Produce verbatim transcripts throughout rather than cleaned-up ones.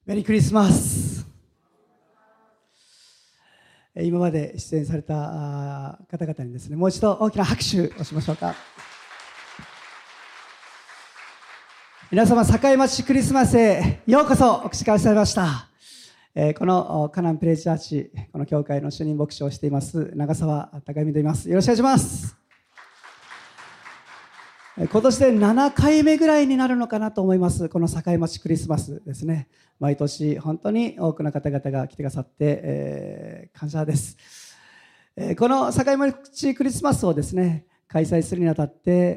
メリークリスマス。今まで出演された方々にですね、もう一度大きな拍手をしましょうか。皆様、堺町クリスマスへようこそお越しくださいました。このカナンプレイチャーチ、この教会の主任牧師をしています長澤貴文と言います。よろしくお願いします。今年でななかいめぐらいになるのかなと思います。この堺町クリスマスですね。毎年本当に多くの方々が来てくださって、えー、感謝です。えー、この堺町クリスマスをですね開催するにあたって、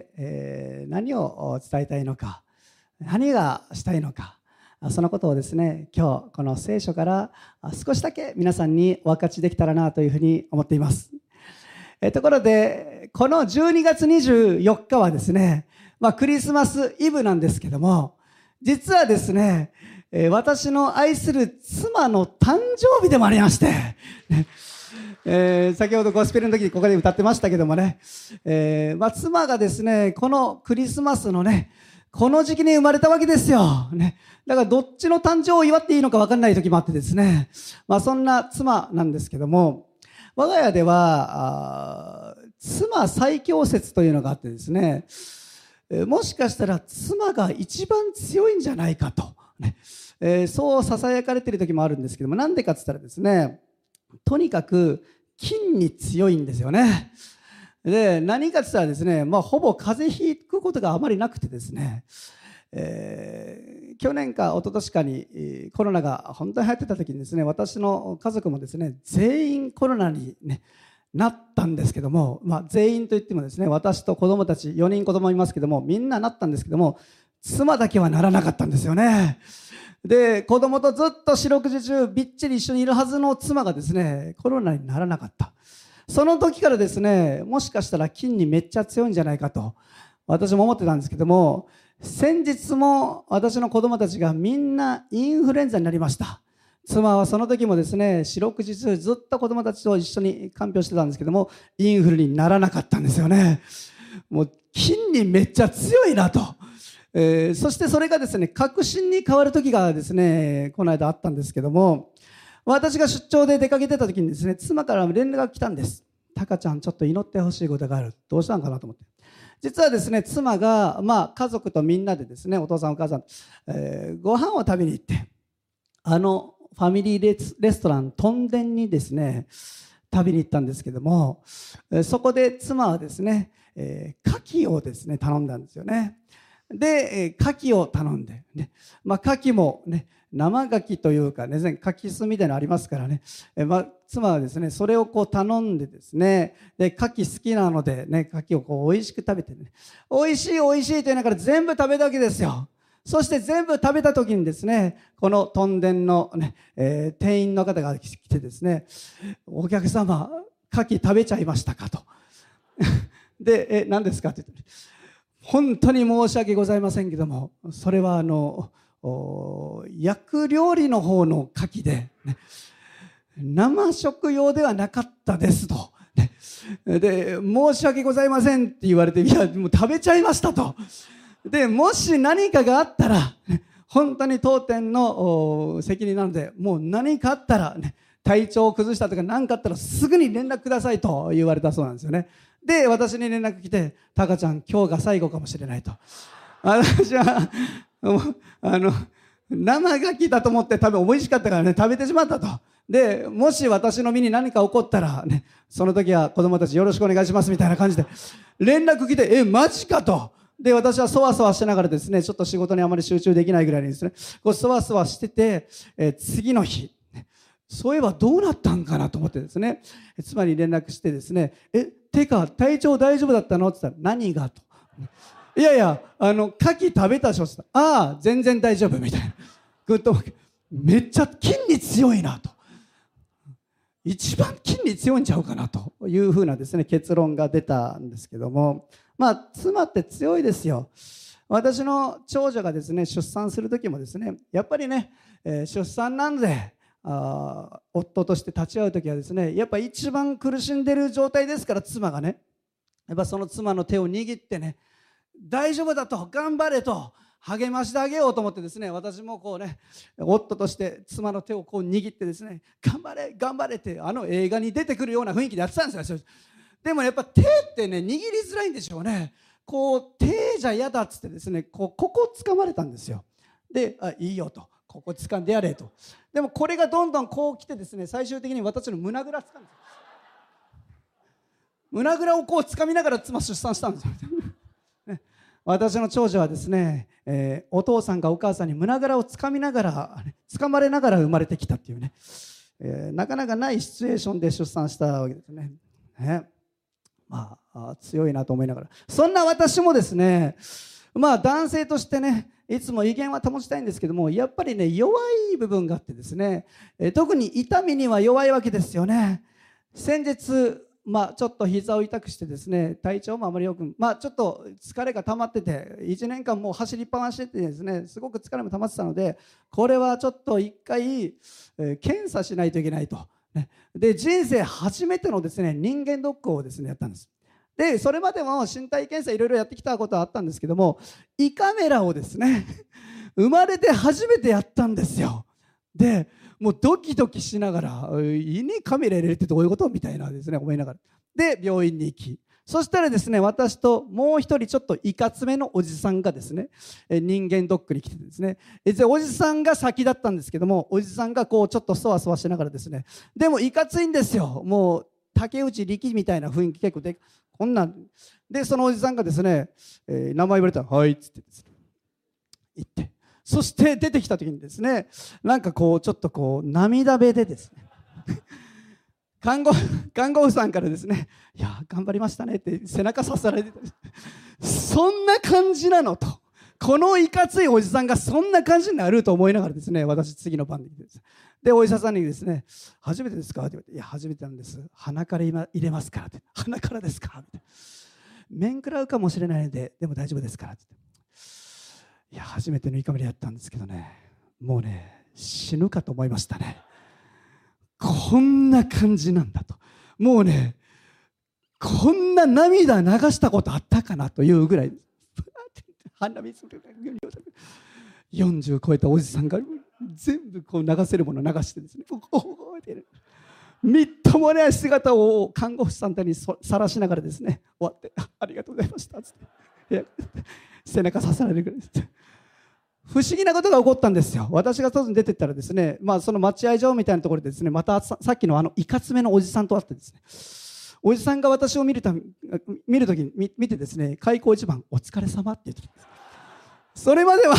えー、何を伝えたいのか、何がしたいのか、そのことをですね今日この聖書から少しだけ皆さんにお分かちできたらなというふうに思っています。えところでこのじゅうにがつにじゅうよっかはですね、まあ、クリスマスイブなんですけども、実はですね、えー、私の愛する妻の誕生日でもありまして、えー、先ほどゴスペルの時にここで歌ってましたけどもね、えーまあ、妻がですねこのクリスマスのねこの時期に生まれたわけですよ、ね、だからどっちの誕生を祝っていいのか分かんない時もあってですね、まあ、そんな妻なんですけども、我が家では妻最強説というのがあってですね、もしかしたら妻が一番強いんじゃないかと、ねえー、そうささやかれている時もあるんですけども、なんでかって言ったらですね、とにかく金に強いんですよね。で何かって言ったらですね、まあ、ほぼ風邪ひくことがあまりなくてですね、えー、去年か一昨年かにコロナが本当に流行ってた時にですね、私の家族もですね全員コロナに、ね、なったんですけども、まあ、全員といってもですね私と子供たちよにん子供いますけどもみんななったんですけども、妻だけはならなかったんですよね。で子供とずっと四六時中びっちり一緒にいるはずの妻がですねコロナにならなかった。その時からですね、もしかしたら金にめっちゃ強いんじゃないかと私も思ってたんですけども、先日も私の子供たちがみんなインフルエンザになりました。妻はその時もですね四六時中ずっと子供たちと一緒に看病してたんですけども、インフルにならなかったんですよね。もう金にめっちゃ強いなと、えー、そしてそれがですね確信に変わる時がですねこの間あったんですけども、私が出張で出かけてた時にですね妻から連絡が来たんです。タカちゃんちょっと祈ってほしいことがある。どうしたんかなと思って、実はですね妻が、まあ、家族とみんなでですねお父さんお母さん、えー、ご飯を食べに行って、あのファミリー レ, レストラントンデンにですね食べに行ったんですけども、そこで妻はですね、えー、牡蠣をですね頼んだんですよね。で牡蠣を頼んで、ねまあ、牡蠣もね生牡蠣というかね牡蠣酢みたいなのありますからね、えまあ、妻はですねそれをこう頼んでですね、で牡蠣好きなのでね牡蠣をこう美味しく食べてね、美味しい美味しいと言いながら全部食べたわけですよ。そして全部食べた時にですねこのトンデンの、ねえー、店員の方が来てですね、お客様牡蠣食べちゃいましたかとでえ何ですかって言って、本当に申し訳ございませんけども、それはあの焼く料理の方の牡蠣で、ね、生食用ではなかったですと、ね、で申し訳ございませんって言われて、いやもう食べちゃいましたと。でもし何かがあったら、ね、本当に当店の責任なので、もう何かあったら、ね、体調を崩したとか何かあったらすぐに連絡くださいと言われたそうなんですよね。で私に連絡来て、タカちゃん今日が最後かもしれないと。私はあの生牡蠣だと思って食べ美味しかったからね食べてしまったと。でもし私の身に何か起こったら、ね、その時は子供たちよろしくお願いしますみたいな感じで連絡来て、えマジかと。で私はそわそわしながらですねちょっと仕事にあまり集中できないぐらいにですねこうそわそわしてて、えー、次の日そういえばどうなったんかなと思ってですね妻に連絡してですね、えてか体調大丈夫だったのって言ったら、何がと。いやいやあの牡蠣食べたでしょって言ったら、ああ全然大丈夫みたいな。グッとめっちゃ金に強いなと、一番金に強いんちゃうかなというふうなですね結論が出たんですけども、まあ妻って強いですよ。私の長女がですね出産する時もですねやっぱりね、えー、出産なのであ夫として立ち会う時はですねやっぱ一番苦しんでる状態ですから、妻がねやっぱその妻の手を握ってね、大丈夫だと頑張れと励ましてあげようと思ってですね、私もこうね、夫として妻の手をこう握ってですね、頑張れ頑張れってあの映画に出てくるような雰囲気でやってたんですよ。でもやっぱ手ってね、握りづらいんでしょうね。こう手じゃ嫌だっつってですね、こうここ掴まれたんですよ。で、あ、いいよと、ここ掴んでやれと。でもこれがどんどんこう来てですね、最終的に私の胸ぐら掴んですよ。胸ぐらをこう掴みながら妻出産したんですよ。ね、私の長女はですね、えー、お父さんがお母さんに胸ぐらを掴みながら掴まれながら生まれてきたっていうね、えー、なかなかないシチュエーションで出産したわけですね。ね、まあ強いなと思いながら、そんな私もですね、まあ男性としてね、いつも威厳は保ちたいんですけども、やっぱりね、弱い部分があってですね、えー、特に痛みには弱いわけですよね。先日まあ、ちょっと膝を痛くしてですね、体調もあまりよく、まあ、ちょっと疲れが溜まってて、いちねんかんもう走りっぱなしでですね、すごく疲れも溜まってたので、これはちょっと一回、えー、検査しないといけないと、ね、で人生初めてのですね、人間ドックをですねやったんです。でそれまでも身体検査いろいろやってきたことはあったんですけども、胃カメラをですね生まれて初めてやったんですよ。でもうドキドキしながら、胃にカメラ入れてどういうことみたいなですね思いながら、で病院に行き、そしたらですね、私ともう一人ちょっといかつめのおじさんがですね、人間ドックに来てですね、でおじさんが先だったんですけども、おじさんがこうちょっとそわそわしながらですね、でもいかついんですよ、もう竹内力みたいな雰囲気、結構でこんなんで、そのおじさんがですね、えー、名前言われたらはいっつってですね言って、そして出てきた時にですね、なんかこうちょっとこう涙目でですね看護看護婦さんからですね、いや頑張りましたねって背中ささられてた、そんな感じなのと、このいかついおじさんがそんな感じになると思いながらですね、私次の番で来てです、でお医者さんにですね、初めてですかって言われて、いや初めてなんです、鼻から今入れますからって、鼻からですかみたいな、面食らうかもしれないのででも大丈夫ですからって、いや初めての胃カメラやったんですけどね、もうね死ぬかと思いましたね。こんな感じなんだと、もうねこんな涙流したことあったかなというぐらい鼻水よんじゅう超えたおじさんが全部こう流せるもの流してですね、みっともない姿を看護婦さんたちにさらしながらですね終わって、ありがとうございましたっつって背中刺されるぐらいです。不思議なことが起こったんですよ。私が外に出てったらですね、まあ、その待合所みたいなところでですね、また さ, さっきのあのいかつめのおじさんと会ってですね、おじさんが私を見るた見るときに 見, 見てですね、開口一番お疲れ様って言ってきます。それまでは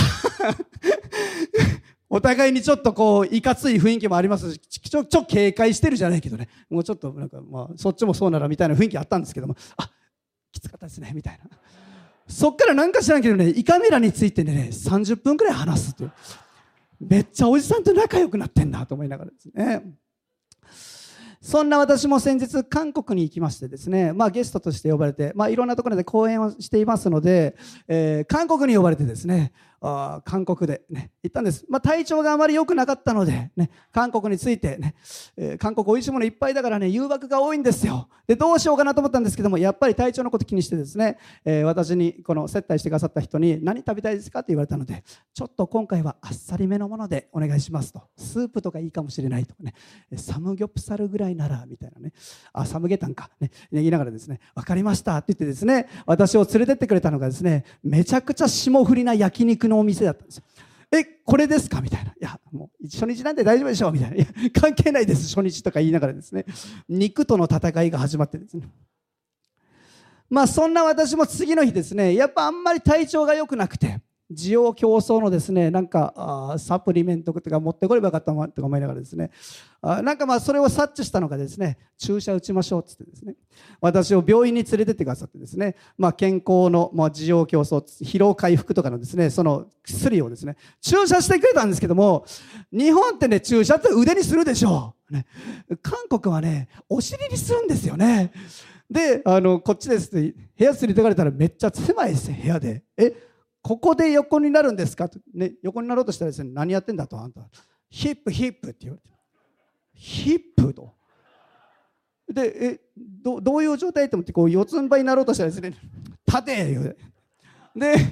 お互いにちょっとこういかつい雰囲気もありますし、ちょちょ警戒してるじゃないけどね、もうちょっとなんか、まあ、そっちもそうならみたいな雰囲気あったんですけども、あ、きつかったですねみたいな。そっからなんか知らんけどね、胃カメラについてねさんじゅっぷんくらい話すという、めっちゃおじさんと仲良くなってんなと思いながらですね。そんな私も先日韓国に行きましてですね、まあ、ゲストとして呼ばれて、まあ、いろんなところで講演をしていますので、えー、韓国に呼ばれてですね、あ韓国で、ね、行ったんです。まあ、体調があまり良くなかったので、ね、韓国について、ねえー、韓国おいしいものいっぱいだからね誘惑が多いんですよ。でどうしようかなと思ったんですけども、やっぱり体調のこと気にしてですね、えー、私にこの接待してくださった人に何食べたいですかって言われたので、ちょっと今回はあっさりめのものでお願いしますと、スープとかいいかもしれないとかね、サムギョプサルぐらいならみたいなね、あサムゲタンか、ね、言いながらですね、分かりましたって言ってですね、私を連れてってくれたのがですね、めちゃくちゃ霜降りな焼肉のお店だったんですよ。えこれですかみたいな、いやもう初日なんで大丈夫でしょうみたいな、いや関係ないです初日とか言いながらですね、肉との戦いが始まってですね、まあそんな私も次の日ですね、やっぱあんまり体調が良くなくて、需要競争のですね、なんかあサプリメントとか持ってこればよかったとか思いながらですね、あなんかまあそれを察知したのがですね、注射打ちましょうっつってですね、私を病院に連れてってくださってですね、まあ、健康のまあ需要競争、疲労回復とかのですね、その薬をですね注射してくれたんですけども、日本ってね注射って腕にするでしょう、ね、韓国はねお尻にするんですよね。であのこっちですって部屋連れてかれたらめっちゃ狭いです部屋で、えここで横になるんですかと、ね、横になろうとしたらですね、何やってんだと、あんたヒップヒップって言われて、ヒップとでえ ど, どういう状態と思ってこう四つん這いになろうとしたらですね、立て言うで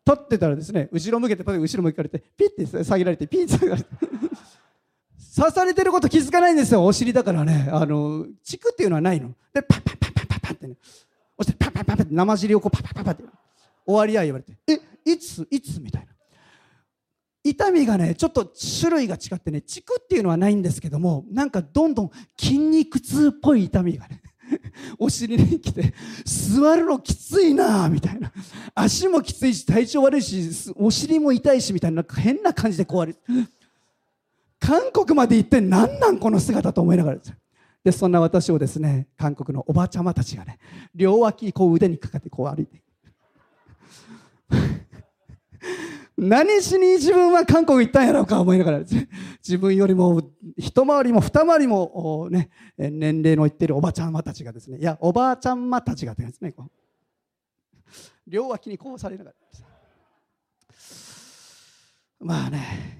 立ってたらですね、後ろ向けてパッと後ろ向かれてピッて下げられてピッて下げられて刺されてること気づかないんですよ。お尻だからね、あのチクっていうのはないので、パッパッパッパッパッパッってね、そしてパッパッパッパッって生尻をこうパッパッパッパッって終わりや言われて、えいついつみたいな。痛みがねちょっと種類が違ってね、チクっていうのはないんですけども、なんかどんどん筋肉痛っぽい痛みがねお尻に来て、座るのきついなみたいな、足もきついし体調悪いしお尻も痛いしみたいな、なんか変な感じでこうある。韓国まで行ってなんなんこの姿と思いながらです。でそんな私をですね、韓国のおばちゃまたちがね、両脇こう腕にかかってこう歩いて何しに自分は韓国行ったんやろうか思いながらですね、自分よりも一回りも二回りも、ね、年齢のいってるおばちゃまたちがですね、いやおばあちゃんまたちがですね、こう両脇にこうされながらまあね、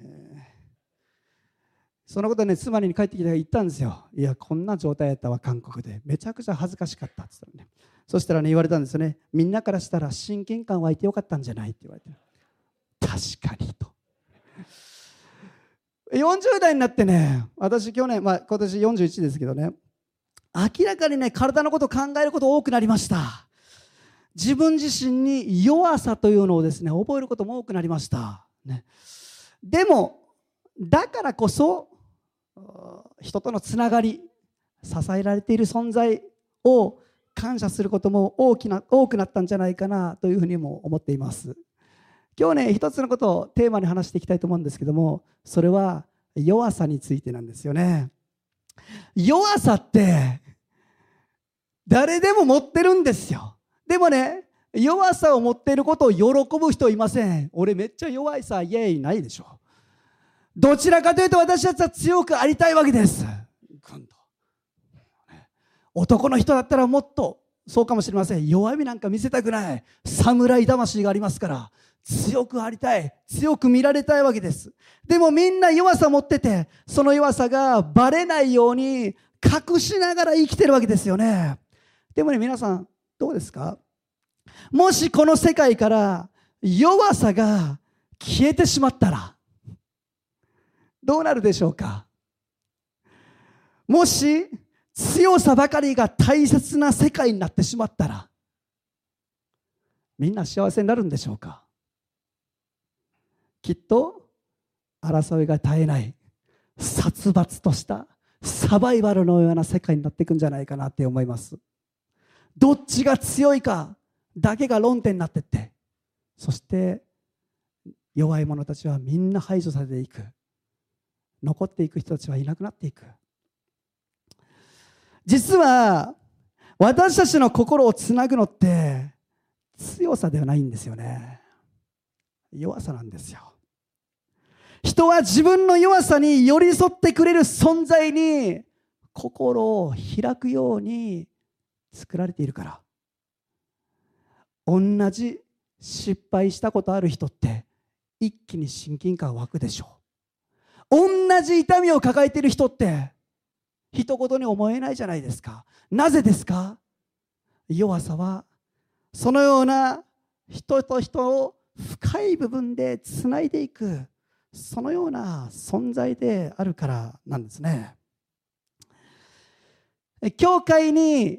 そのことね、妻に帰ってきて言ったんですよ。いやこんな状態やったわ韓国で、めちゃくちゃ恥ずかしかったって言ったらね、そしたらね言われたんですよね。みんなからしたら親近感湧いてよかったんじゃないって言われて、確かにと。よんじゅう代になってね、私去年、まあ、今年よんじゅういちですけどね、明らかにね体のことを考えること多くなりました。自分自身に弱さというのをですね覚えることも多くなりました、ね、でもだからこそ人とのつながり、支えられている存在を感謝することも大きな多くなったんじゃないかなというふうにも思っています。今日ね一つのことをテーマに話していきたいと思うんですけども、それは弱さについてなんですよね。弱さって誰でも持ってるんですよ。でもね、弱さを持っていることを喜ぶ人いません。俺めっちゃ弱いさイエーイないでしょ。どちらかというと私たちは強くありたいわけです。男の人だったらもっとそうかもしれません。弱みなんか見せたくない、侍魂がありますから強くありたい、強く見られたいわけです。でもみんな弱さ持ってて、その弱さがバレないように隠しながら生きてるわけですよね。でもね皆さんどうですか、もしこの世界から弱さが消えてしまったらどうなるでしょうか。もし強さばかりが大切な世界になってしまったらみんな幸せになるんでしょうか。きっと争いが絶えない殺伐としたサバイバルのような世界になっていくんじゃないかなって思います。どっちが強いかだけが論点になっていって、そして弱い者たちはみんな排除されていく、残っていく人たちはいなくなっていく。実は私たちの心をつなぐのって強さではないんですよね。弱さなんですよ。人は自分の弱さに寄り添ってくれる存在に心を開くように作られているから。同じ失敗したことある人って一気に親近感湧くでしょう。同じ痛みを抱えている人って一言に思えないじゃないですか。なぜですか。弱さはそのような人と人を深い部分でつないでいく、そのような存在であるからなんですね。教会に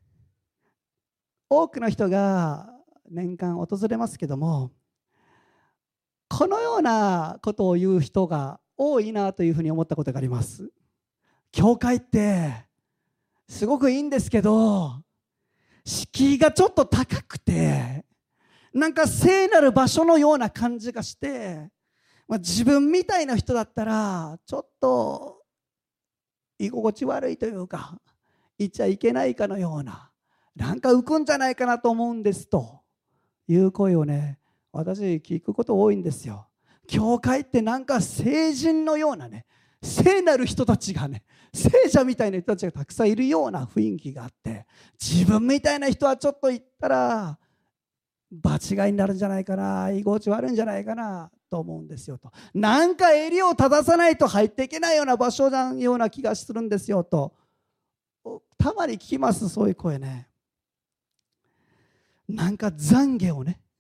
多くの人が年間訪れますけども、このようなことを言う人が多いなというふうに思ったことがあります。教会ってすごくいいんですけど、敷居がちょっと高くてなんか聖なる場所のような感じがして、まあ、自分みたいな人だったらちょっと居心地悪いというか、いちゃいけないかのような、なんか浮くんじゃないかなと思うんですという声をね、私聞くこと多いんですよ。教会ってなんか聖人のようなね、聖なる人たちがね、聖者みたいな人たちがたくさんいるような雰囲気があって、自分みたいな人はちょっと行ったら場違いになるんじゃないかな、居心地悪いんじゃないかなと思うんですよと。なんか襟を正さないと入っていけないような場所のような気がするんですよと、たまに聞きます、そういう声ね。なんか懺悔をね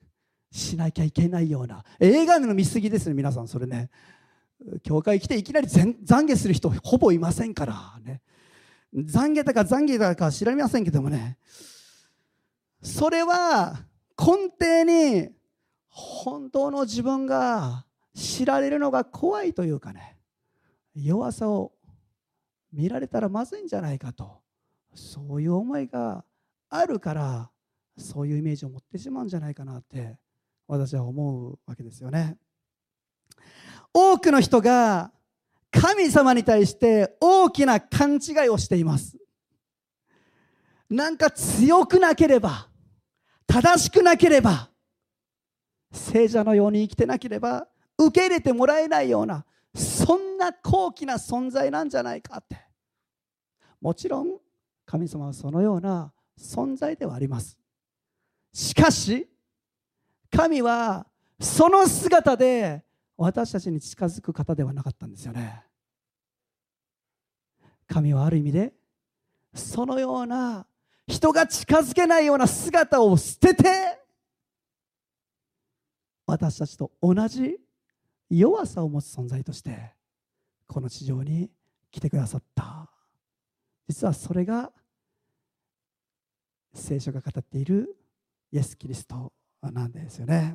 しなきゃいけないような、映画の見過ぎですね皆さん。それね、教会来ていきなり懺悔する人ほぼいませんからね。懺悔だか懺悔だか知らりませんけどもね、それは根底に本当の自分が知られるのが怖いというかね、弱さを見られたらまずいんじゃないかと、そういう思いがあるから、そういうイメージを持ってしまうんじゃないかなって私は思うわけですよね。多くの人が神様に対して大きな勘違いをしています。なんか強くなければ、正しくなければ、聖者のように生きてなければ受け入れてもらえないような、そんな高貴な存在なんじゃないかって。もちろん神様はそのような存在ではあります。しかし神はその姿で私たちに近づく方ではなかったんですよね。神はある意味でそのような人が近づけないような姿を捨てて、私たちと同じ弱さを持つ存在としてこの地上に来てくださった。実はそれが聖書が語っているイエス・キリストなんですよね。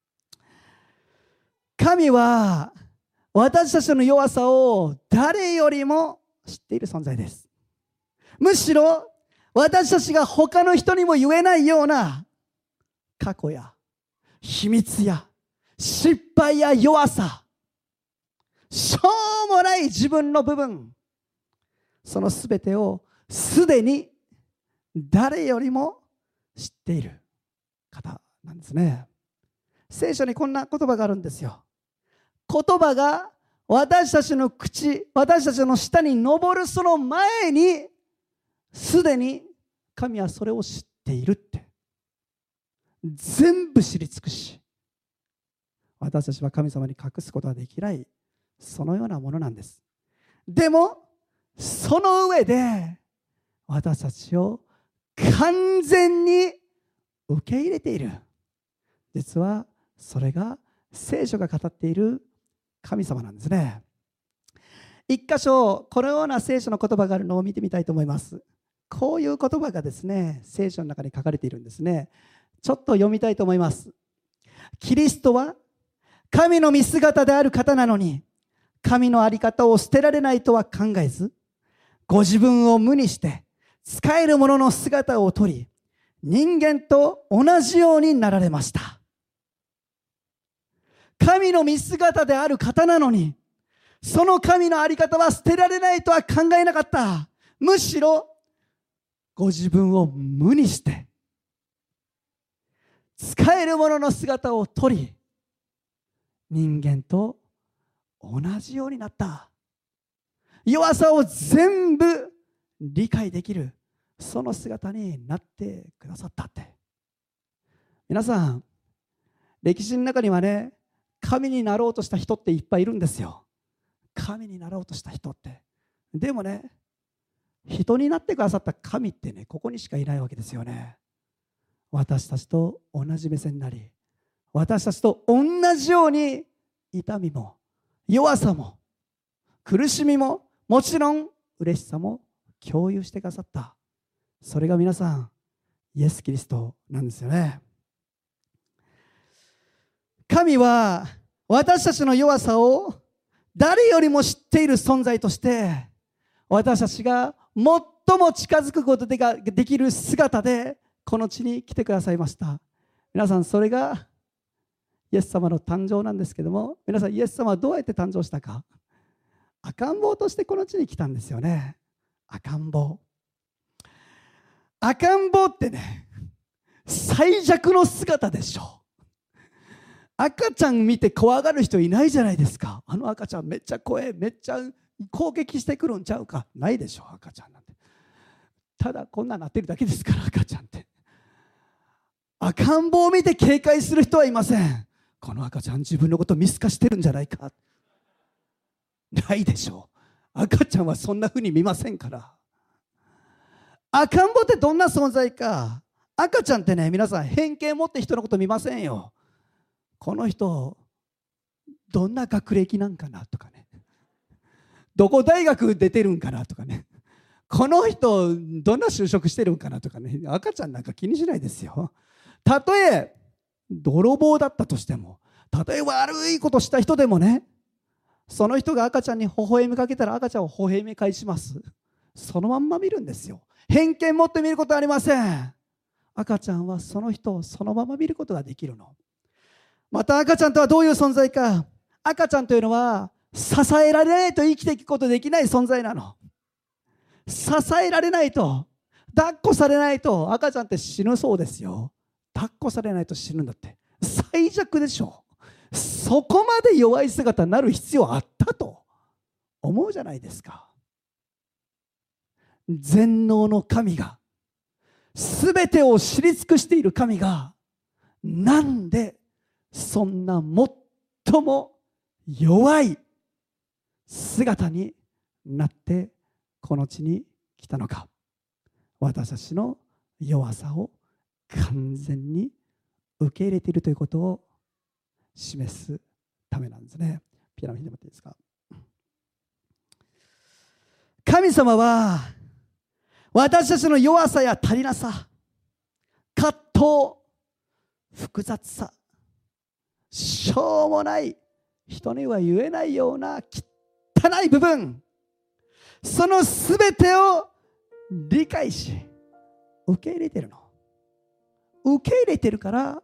神は私たちの弱さを誰よりも知っている存在です。むしろ私たちが他の人にも言えないような過去や秘密や失敗や弱さ、しょうもない自分の部分、そのすべてをすでに誰よりも知っている方なんですね。聖書にこんな言葉があるんですよ。言葉が私たちの口、私たちの舌に上るその前にすでに神はそれを知っているって。全部知り尽くし、私たちは神様に隠すことはできない、そのようなものなんです。でもその上で私たちを完全に受け入れている。実はそれが聖書が語っている神様なんですね。一箇所このような聖書の言葉があるのを見てみたいと思います。こういう言葉がですね、聖書の中に書かれているんですね。ちょっと読みたいと思います。キリストは神の見姿である方なのに、神の在り方を捨てられないとは考えず、ご自分を無にして仕える者の姿をとり、人間と同じようになられました。神の見姿である方なのに、その神の在り方は捨てられないとは考えなかった。むしろご自分を無にして仕える者の姿をとり、人間と同じようになった。弱さを全部理解できる、その姿になってくださったって。皆さん、歴史の中にはね、神になろうとした人っていっぱいいるんですよ。神になろうとした人って。でもね、人になってくださった神ってね、ここにしかいないわけですよね。私たちと同じ目線になり、私たちと同じように痛みも弱さも苦しみももちろん嬉しさも共有してくださった。それが皆さんイエス・キリストなんですよね。神は私たちの弱さを誰よりも知っている存在として、私たちが最も近づくことができる姿でこの地に来てくださいました。皆さん、それがイエス様の誕生なんですけども、皆さん、イエス様はどうやって誕生したか。赤ん坊としてこの地に来たんですよね。赤ん坊赤ん坊ってね、最弱の姿でしょ。赤ちゃん見て怖がる人いないじゃないですか。あの赤ちゃんめっちゃ怖い、めっちゃ攻撃してくるんちゃうか。ないでしょ、赤ちゃんなんて。ただこんななってるだけですから、赤ちゃんって。赤ん坊を見て警戒する人はいません。この赤ちゃん自分のこと見透かしてるんじゃないか。ないでしょう。赤ちゃんはそんな風に見ませんから。赤ん坊ってどんな存在か。赤ちゃんってね、皆さん偏見持って人のこと見ませんよ。 この人どんな学歴なんかなとかね、どこ大学出てるんかなとかね、この人どんな就職してるんかなとかね、赤ちゃんなんか気にしないですよ。たとえ泥棒だったとしても、たとえ悪いことした人でもね、その人が赤ちゃんに微笑みかけたら赤ちゃんを微笑み返します。そのまんま見るんですよ。偏見持って見ることはありません。赤ちゃんはその人をそのまま見ることができるの。また赤ちゃんとはどういう存在か。赤ちゃんというのは支えられないと生きていくことできない存在なの。支えられないと、抱っこされないと赤ちゃんって死ぬそうですよ。抱っこされないと死ぬんだって。最弱でしょ。そこまで弱い姿になる必要あったと思うじゃないですか。全能の神が、すべてを知り尽くしている神が、なんでそんな最も弱い姿になってこの地に来たのか。私たちの弱さを完全に受け入れているということを示すためなんですね。ピアノ弾いてもらっていいですか。神様は私たちの弱さや足りなさ、葛藤、複雑さ、しょうもない人には言えないような汚い部分、そのすべてを理解し受け入れているの。受け入れているから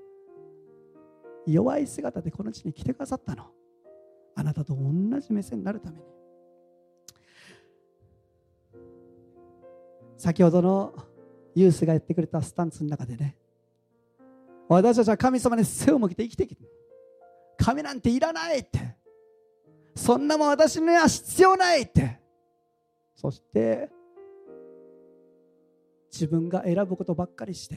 弱い姿でこの地に来てくださったの。あなたと同じ目線になるために。先ほどのユースがやってくれたスタンツの中でね、私たちは神様に背を向けて生きていく。神なんていらないって、そんなもん私には必要ないって、そして自分が選ぶことばっかりして、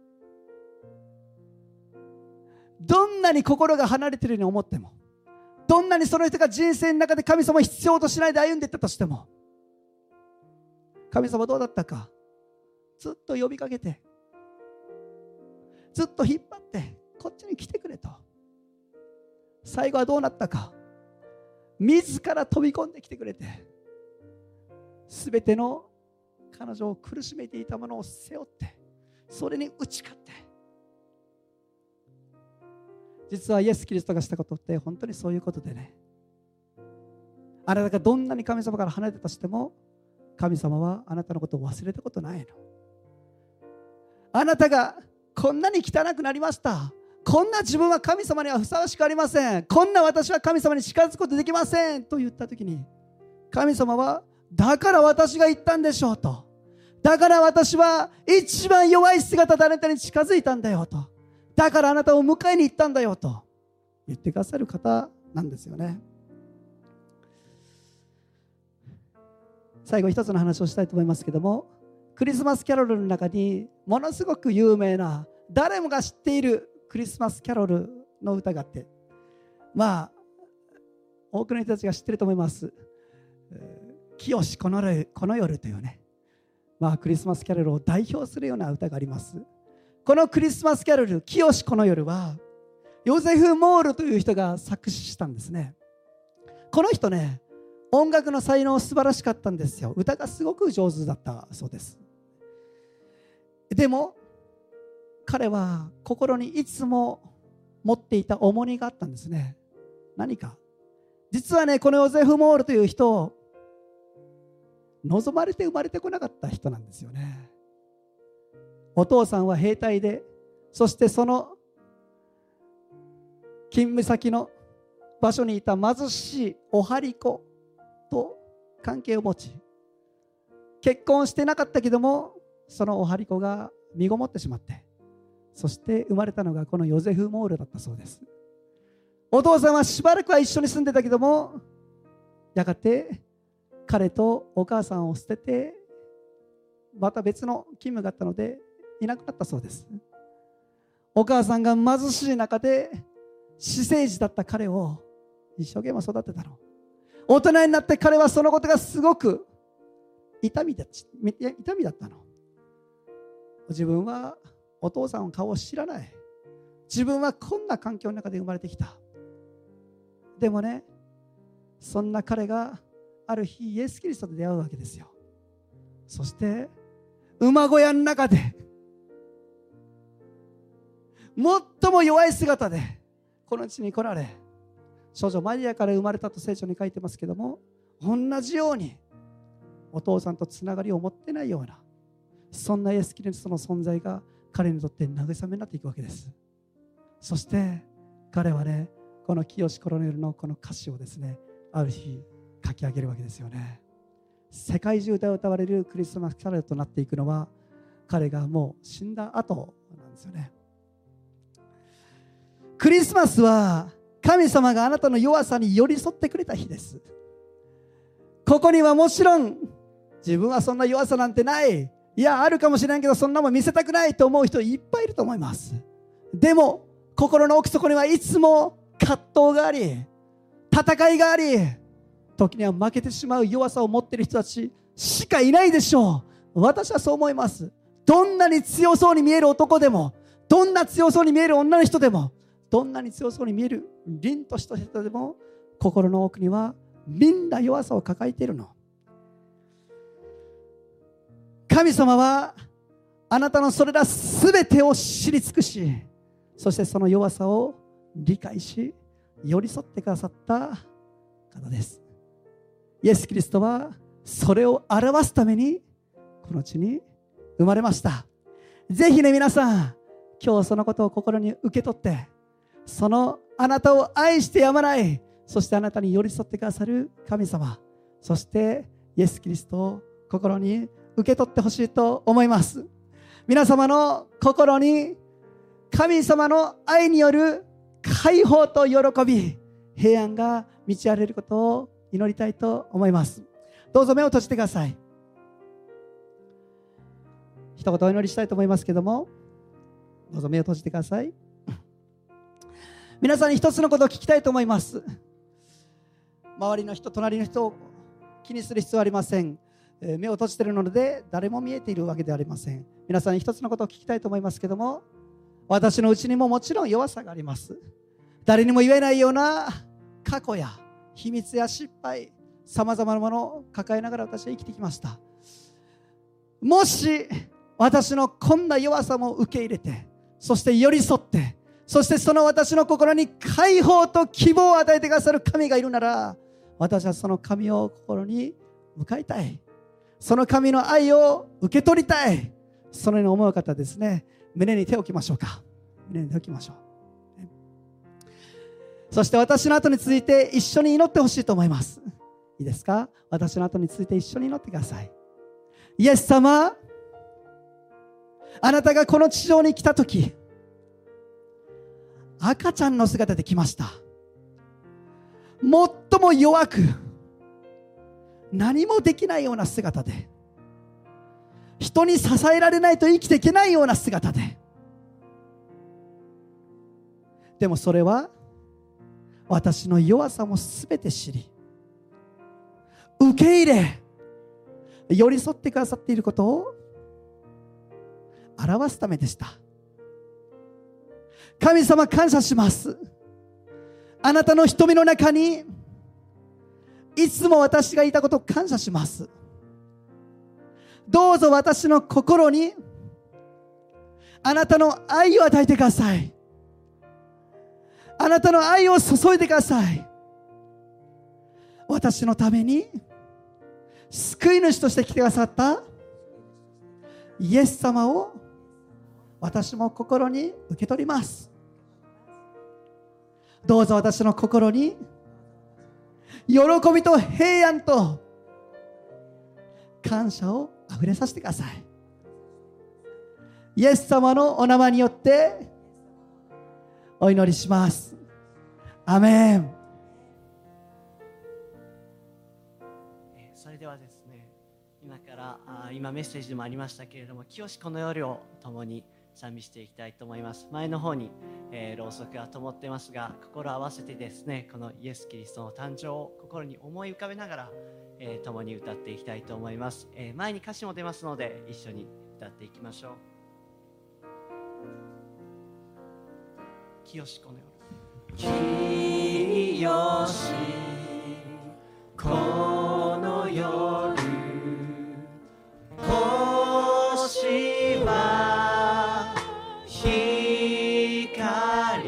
どんなに心が離れているように思っても、どんなにその人が人生の中で神様を必要としないで歩んでいったとしても、神様どうだったか、ずっと呼びかけて、ずっと引っ張ってこっちに来てくれと。最後はどうなったか、自ら飛び込んできてくれて、すべての彼女を苦しめていたものを背負って、それに打ち勝って、実はイエス・キリストがしたことって本当にそういうことでね、あなたがどんなに神様から離れたとしても、神様はあなたのことを忘れたことないの。あなたがこんなに汚くなりました、こんな自分は神様にはふさわしくありません、こんな私は神様に近づくことできませんと言ったときに、神様はだから私が言ったんでしょうと、だから私は一番弱い姿であなたに近づいたんだよと、だからあなたを迎えに行ったんだよと言ってくださる方なんですよね。最後一つの話をしたいと思いますけども、クリスマスキャロルの中にものすごく有名な、誰もが知っているクリスマスキャロルの歌があって、まあ多くの人たちが知っていると思います。清しこの夜、この夜というね、まあクリスマスキャロルを代表するような歌があります。このクリスマスキャロル、清しこの夜はヨゼフ・モールという人が作詞したんですね。この人ね、音楽の才能素晴らしかったんですよ。歌がすごく上手だったそうです。でも彼は心にいつも持っていた重荷があったんですね。何か、実はね、このヨゼフ・モールという人、望まれて生まれてこなかった人なんですよね。お父さんは兵隊で、そしてその勤務先の場所にいた貧しいお針子と関係を持ち、結婚してなかったけども、そのお針子が身ごもってしまって、そして生まれたのがこのヨゼフ・モールだったそうです。お父さんはしばらくは一緒に住んでたけども、やがて彼とお母さんを捨てて、また別の勤務があったのでいなくなったそうです。お母さんが貧しい中で私生児だった彼を一生懸命育てたの。大人になって彼はそのことがすごく痛みだ、痛みだったの。自分はお父さんの顔を知らない、 自分はこんな環境の中で生まれてきた。でもね、そんな彼がある日イエス・キリストと出会うわけですよ。そして馬小屋の中で最も弱い姿でこの地に来られ、少女マリアから生まれたと聖書に書いてますけども、同じようにお父さんとつながりを持ってないような、そんなイエス・キリストの存在が彼にとって慰めになっていくわけです。そして彼はね、この清コロネルのこの歌詞をですね、ある日書き上げるわけですよね。世界中で歌われるクリスマスキャロルとなっていくのは、彼がもう死んだ後なんですよね。クリスマスは神様があなたの弱さに寄り添ってくれた日です。ここにはもちろん自分はそんな弱さなんてない、いやあるかもしれないけどそんなもん見せたくないと思う人いっぱいいると思います。でも心の奥底にはいつも葛藤があり、戦いがあり、時には負けてしまう弱さを持っている人たちしかいないでしょう。私はそう思います。どんなに強そうに見える男でも、どんな強そうに見える女の人でも、どんなに強そうに見える凛とした人でも、心の奥にはみんな弱さを抱えているの。神様はあなたのそれらすべてを知り尽くし、そしてその弱さを理解し寄り添ってくださった方です。イエス・キリストはそれを表すためにこの地に生まれました。ぜひね、皆さん今日そのことを心に受け取って、そのあなたを愛してやまない、そしてあなたに寄り添ってくださる神様、そしてイエス・キリストを心に受け取ってほしいと思います。皆様の心に神様の愛による解放と喜び、平安が満ち溢れることを祈りたいと思います。どうぞ目を閉じてください。一言お祈りしたいと思いますけども、どうぞ目を閉じてください。皆さんに一つのことを聞きたいと思います。周りの人、隣の人を気にする必要はありません。目を閉じているので誰も見えているわけではありません。皆さんに一つのことを聞きたいと思いますけども、私のうちにももちろん弱さがあります。誰にも言えないような過去や秘密や失敗、さまざまなものを抱えながら私は生きてきました。もし私のこんな弱さも受け入れて、そして寄り添って、そしてその私の心に解放と希望を与えてくださる神がいるなら、私はその神を心に迎えたい。その神の愛を受け取りたい。そのように思う方ですね、胸に手を置きましょうか。胸に手を置きましょう。そして私の後に続いて一緒に祈ってほしいと思います。いいですか？私の後に続いて一緒に祈ってください。イエス様、あなたがこの地上に来たとき、赤ちゃんの姿で来ました。最も弱く、何もできないような姿で、人に支えられないと生きていけないような姿で、でもそれは私の弱さもすべて知り、受け入れ、寄り添ってくださっていることを表すためでした。神様、感謝します。あなたの瞳の中にいつも私がいたことを感謝します。どうぞ私の心にあなたの愛を与えてください。あなたの愛を注いでください。私のために救い主として来てくださったイエス様を私も心に受け取ります。どうぞ私の心に喜びと平安と感謝をあふれさせてください。イエス様のお名前によってお祈りします。アメン。 それではですね、今からあ今メッセージでもありましたけれども、清しこの夜を共に賛美していきたいと思います。前の方に、えー、ろうそくが灯ってますが、心を合わせてですね、このイエス・キリストの誕生を心に思い浮かべながら、えー、共に歌っていきたいと思います。えー、前に歌詞も出ますので一緒に歌っていきましょう。 清しこの夜清しこの夜星は光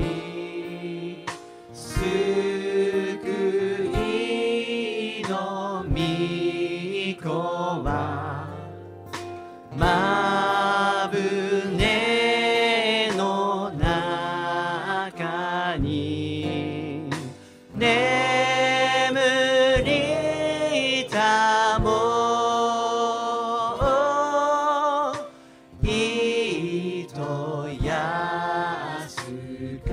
救いの御子はまぶねの中に眠りたもいと安く、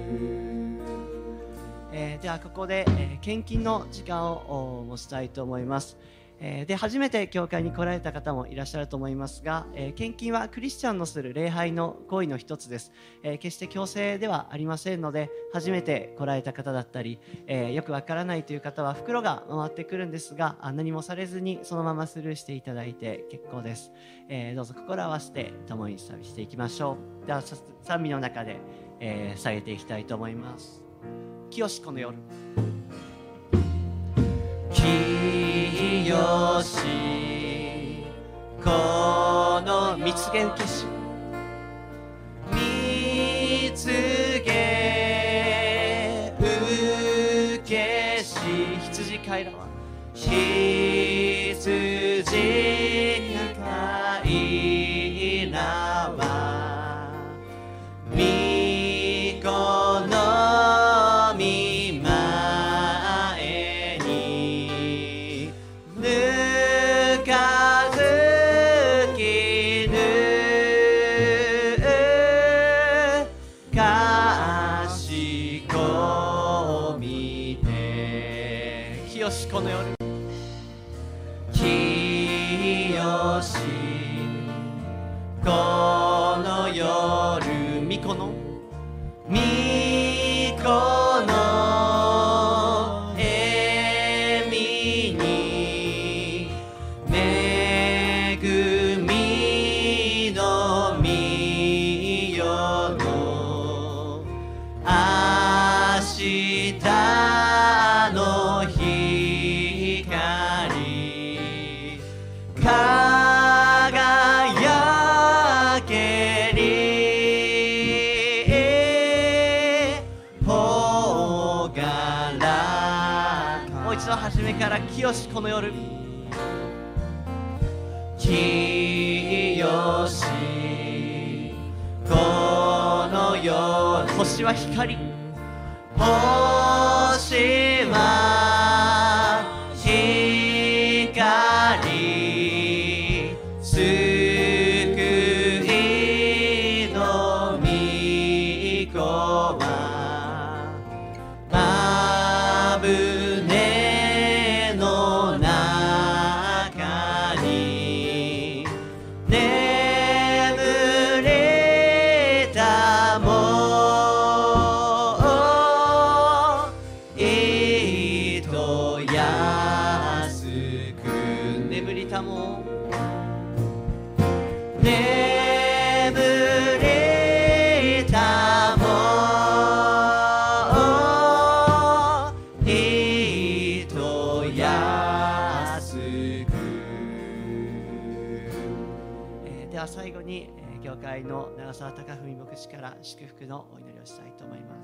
えーではここで、えー献金の時間を持ちたいと思います。えーで初めて教会に来られた方もいらっしゃると思いますが、えー献金はクリスチャンのする礼拝の行為の一つです。えー決して強制ではありませんので、初めて来られた方だったり、えーよくわからないという方は袋が回ってくるんですが、あ何もされずにそのままスルーしていただいて結構です。えーどうぞ心を合わせて共に賛美していきましょう。では賛美の中で、えー下げていきたいと思います。清しこの夜、 清しこの蜜源消し蜜げ受けし羊飼いらは羊飼いらは御子の御前にぬかずきぬかしこみて清しこの夜、 清しこの夜御子の御子の笑みに恵みの御世の明日の光輝けりほがらもう一度初めから清しこの夜、 清しこの夜星は光星は光救いの御子はまぶねの中に眠れたもいと安く眠りたも眠れたもいと安く、 えーでは最後に、えー教会の長澤貴文牧師から祝福のお祈りをしたいと思います。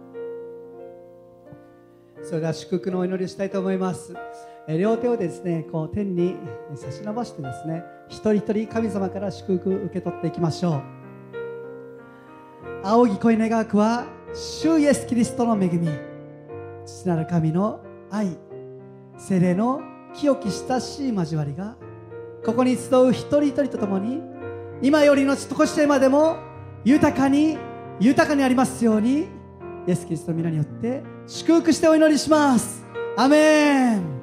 それでは祝福のお祈りをしたいと思います。えー両手をですねこう天に差し伸ばしてですね、一人一人神様から祝福を受け取っていきましょう。仰ぎ声願わくは主イエスキリストの恵み、父なる神の愛、聖霊の清き親しい交わりがここに集う一人一人とともに今よりのとこしてまでも豊かに豊かにありますように、イエスキリストの皆によって祝福してお祈りします。アメン。